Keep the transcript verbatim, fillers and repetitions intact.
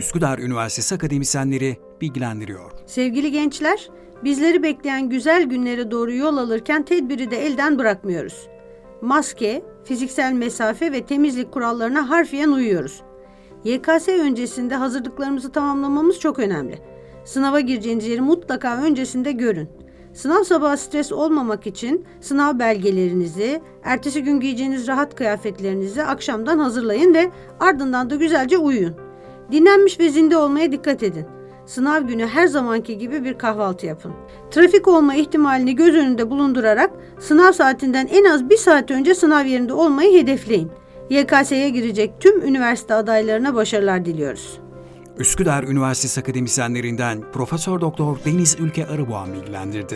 Üsküdar Üniversitesi akademisyenleri bilgilendiriyor. Sevgili gençler, bizleri bekleyen güzel günlere doğru yol alırken tedbiri de elden bırakmıyoruz. Maske, fiziksel mesafe ve temizlik kurallarına harfiyen uyuyoruz. Y K S öncesinde hazırlıklarımızı tamamlamamız çok önemli. Sınava gireceğiniz yeri mutlaka öncesinde görün. Sınav sabahı stres olmamak için sınav belgelerinizi, ertesi gün giyeceğiniz rahat kıyafetlerinizi akşamdan hazırlayın ve ardından da güzelce uyuyun. Dinlenmiş ve zinde olmaya dikkat edin. Sınav günü her zamanki gibi bir kahvaltı yapın. Trafik olma ihtimalini göz önünde bulundurarak sınav saatinden en az bir saat önce sınav yerinde olmayı hedefleyin. Y K S'ye girecek tüm üniversite adaylarına başarılar diliyoruz. Üsküdar Üniversitesi akademisyenlerinden Profesör Doktor Deniz Ülke Arıboğan bilgilendirdi.